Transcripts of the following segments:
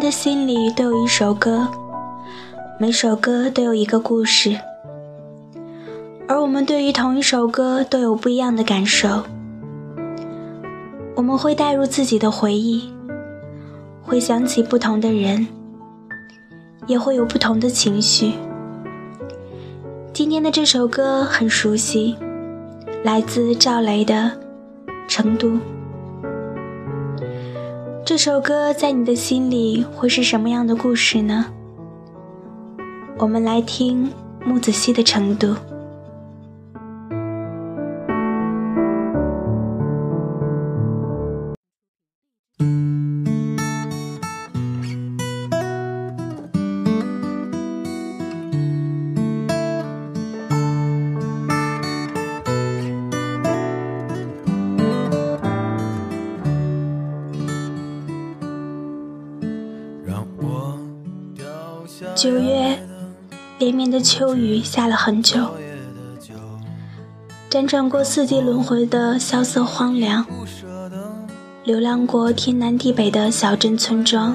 的心里都有一首歌，每首歌都有一个故事，而我们对于同一首歌都有不一样的感受。我们会带入自己的回忆，会想起不同的人，也会有不同的情绪。今天的这首歌很熟悉，来自赵雷的《成都》。这首歌在你的心里会是什么样的故事呢？我们来听木子熙的《成都》。9月，连绵的秋雨下了很久，辗转过四季轮回的萧瑟荒凉，流浪过天南地北的小镇村庄，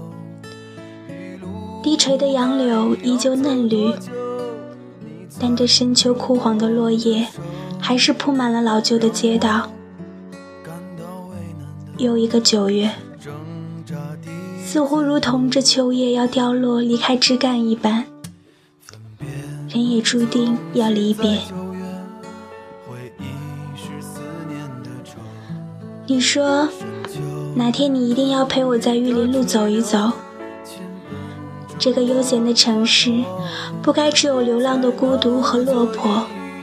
低垂的杨柳依旧嫩绿，但这深秋枯黄的落叶还是铺满了老旧的街道。又一个9月，似乎如同这秋叶要掉落离开枝干一般，人也注定要离别。你说哪天你一定要陪我在玉林路走一走，这个悠闲的城市不该只有流浪的孤独和落魄。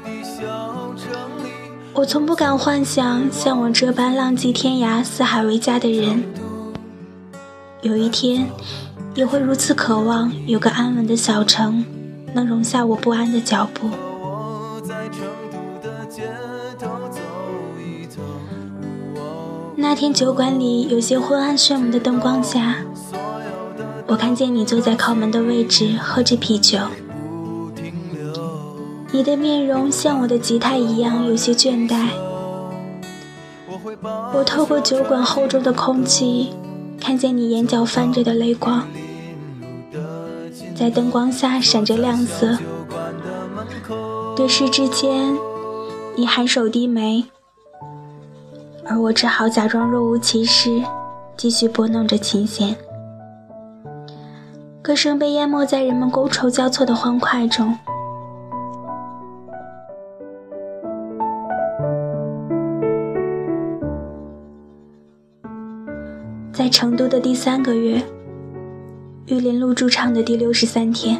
我从不敢幻想像我这般浪迹天涯四海为家的人有一天也会如此渴望有个安稳的小城能容下我不安的脚步。那天酒馆里有些昏暗眩目的灯光下，我看见你坐在靠门的位置喝着啤酒，你的面容像我的吉他一样有些倦怠。我透过酒馆厚重的空气看见你眼角泛着的泪光，在灯光下闪着亮色。对视之间，你颔首低眉，而我只好假装若无其事，继续拨弄着琴弦。歌声被淹没在人们觥筹交错的欢快中。在成都的第3个月，玉林路驻唱的第63天，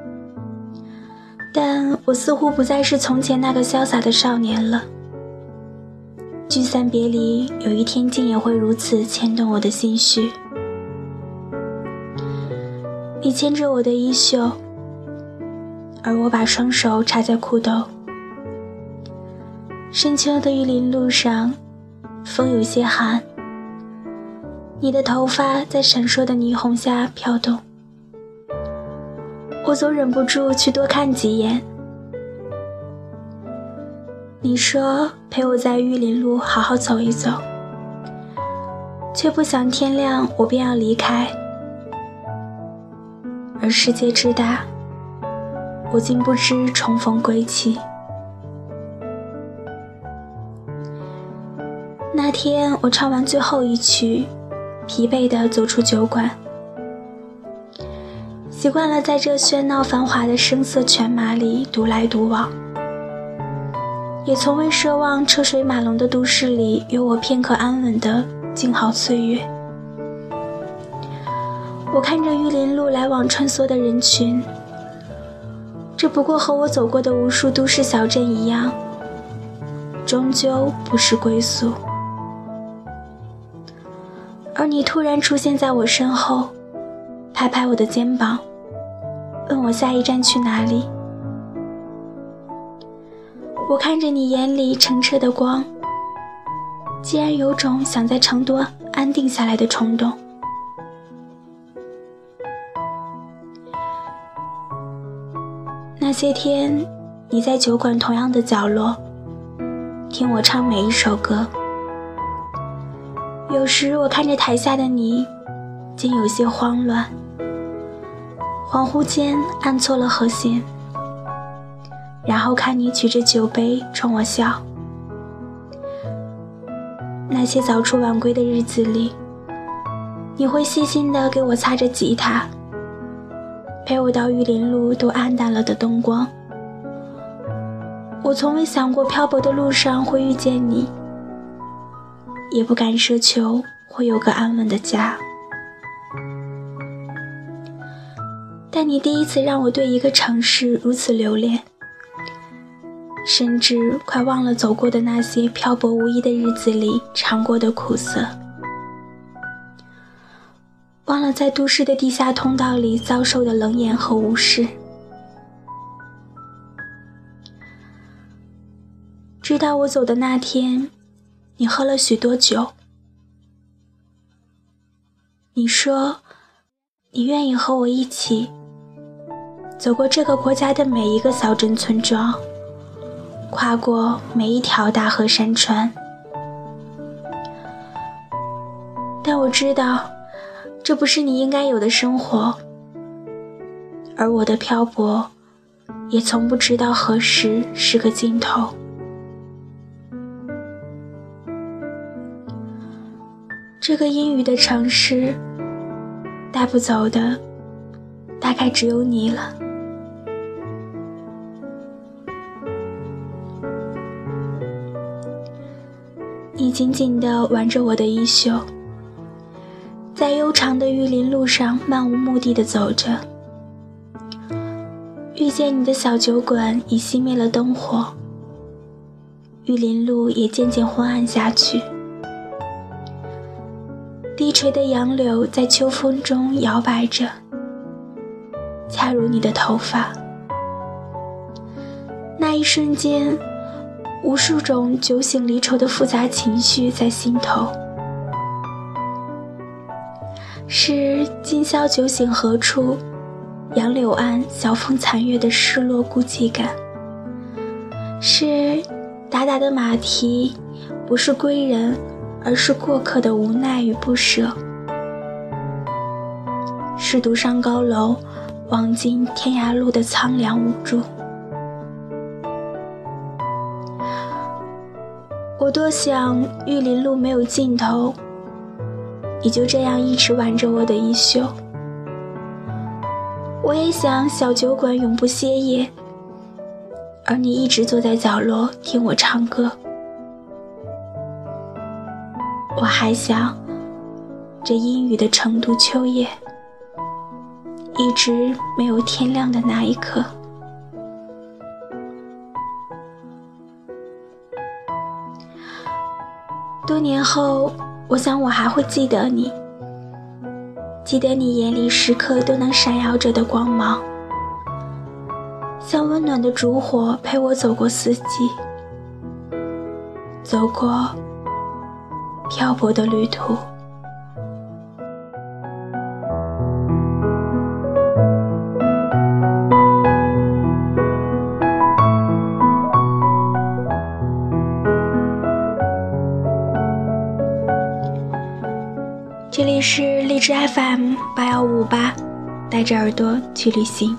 但我似乎不再是从前那个潇洒的少年了。聚散别离，有一天竟也会如此牵动我的心绪。你牵着我的衣袖，而我把双手插在裤兜。深秋的玉林路上，风有些寒，你的头发在闪烁的霓虹下飘动，我总忍不住去多看几眼。你说陪我在玉林路好好走一走，却不想天亮我便要离开。而世界之大，我竟不知重逢归期。那天我唱完最后一曲，疲惫地走出酒馆，习惯了在这喧闹繁华的声色犬马里独来独往，也从未奢望车水马龙的都市里有我片刻安稳的静好岁月。我看着玉林路来往穿梭的人群，这不过和我走过的无数都市小镇一样，终究不是归宿。而你突然出现在我身后，拍拍我的肩膀，问我下一站去哪里。我看着你眼里澄澈的光，竟然有种想在成都安定下来的冲动。那些天，你在酒馆同样的角落，听我唱每一首歌。有时我看着台下的你， 竟有些慌乱，恍惚间按错了和弦，然后看你举着酒杯冲我笑。那些早出晚归的日子里，你会细心地给我擦着吉他，陪我到玉林路都暗淡了的灯光。我从未想过漂泊的路上会遇见你，也不敢奢求会有个安稳的家。但你第一次让我对一个城市如此留恋，甚至快忘了走过的那些漂泊无依的日子里尝过的苦涩，忘了在都市的地下通道里遭受的冷眼和无视。直到我走的那天，你喝了许多酒。你说你愿意和我一起走过这个国家的每一个小镇村庄，跨过每一条大河山川。但我知道这不是你应该有的生活，而我的漂泊也从不知道何时是个尽头。这个阴雨的城市，带不走的大概只有你了。你紧紧地挽着我的衣袖，在悠长的玉林路上漫无目的地走着。遇见你的小酒馆已熄灭了灯火，玉林路也渐渐昏暗下去。低垂的杨柳在秋风中摇摆着，恰如你的头发。那一瞬间，无数种酒醒离愁的复杂情绪在心头。是今宵酒醒何处，杨柳岸晓风残月的失落孤寂感，是达达的马蹄不是归人，而是过客的无奈与不舍，是独上高楼望尽天涯路的苍凉无助。我多想玉林路没有尽头，你就这样一直挽着我的衣袖。我也想小酒馆永不歇业，而你一直坐在角落听我唱歌。我还想这阴雨的成都秋夜，一直没有天亮的那一刻。多年后，我想我还会记得你，记得你眼里时刻都能闪耀着的光芒，像温暖的烛火陪我走过四季，走过漂泊的旅途。这里是荔枝 FM81558，带着耳朵去旅行。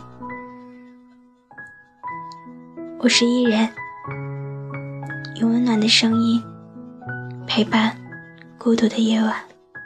我是伊人，用温暖的声音陪伴孤独的夜晚。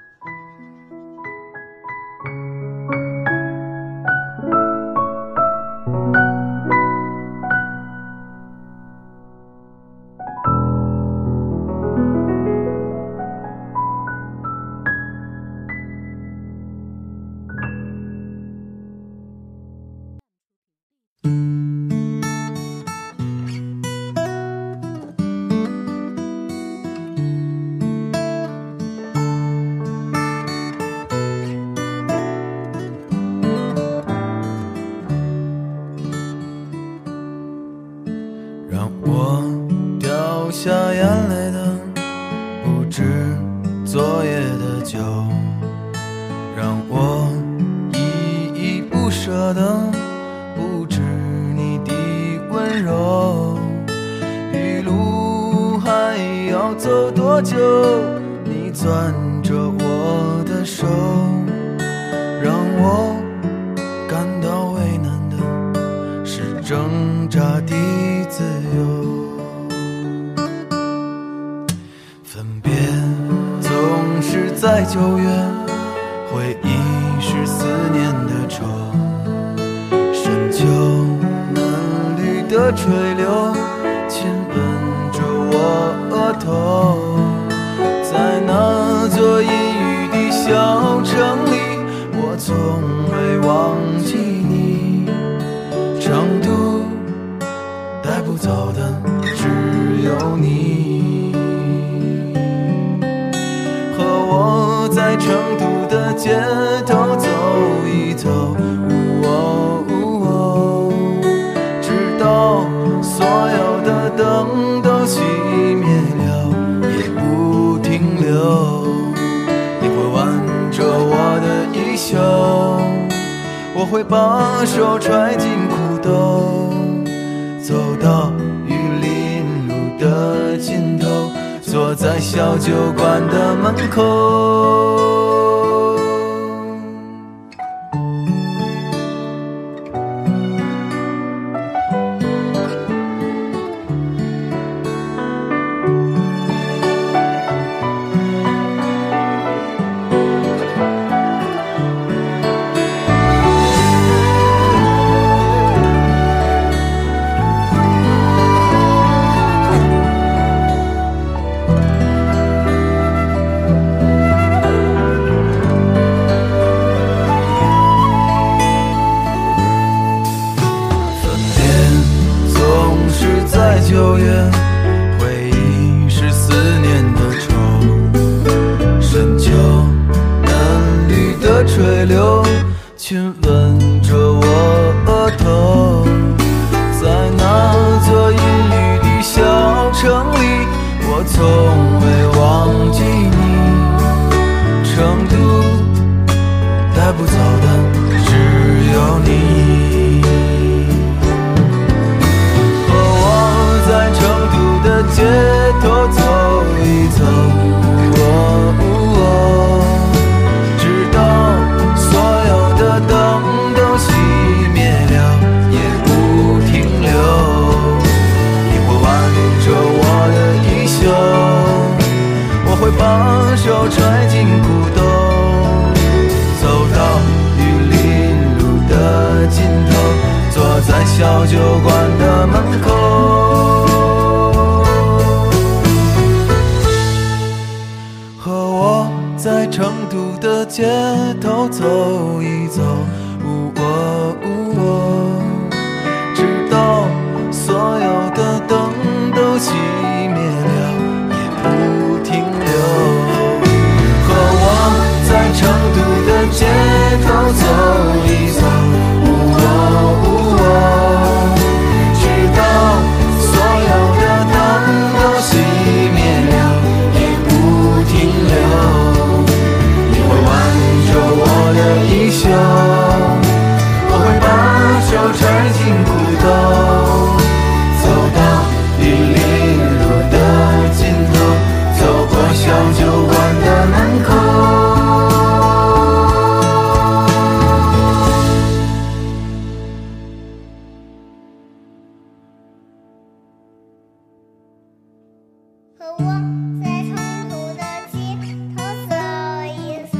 下眼泪的不止昨夜的酒，让我依依不舍的不止你的温柔。一路还要走多久，你攥着我的手， 挣扎的自由。分别总是在9月，回忆是思念的愁，深秋嫩绿的垂柳亲吻着我额头，在那座阴雨的小城里，我从未忘记你。成都带不走的只有你，和我在成都的街头走一走，直到所有的灯都熄灭了，也不停留。你会挽着我的衣袖，我会把手揣进裤兜，走到玉林路的尽头，坐在小酒馆的门口。9月，回忆是思念的愁，深秋嫩绿的垂柳亲吻着我额头，在那座阴雨的小城里，我从未忘记你。成都带不走的只有你，街头走一走，直到所有的灯都熄灭了，也不停留。你会挽着我的衣袖，我会把手揣进裤兜，走到玉林路的尽头，坐在小酒馆的门口。在成都的街头走一走，直到所有的灯都熄灭了，也不停留。和我在成都的街头走一走，直到所有的灯都熄灭了，也不停留。我的衣袖，我会把手揣进裤兜，走到玉林路的尽头，走过小酒馆的门口。 和我在成都的街头走一走，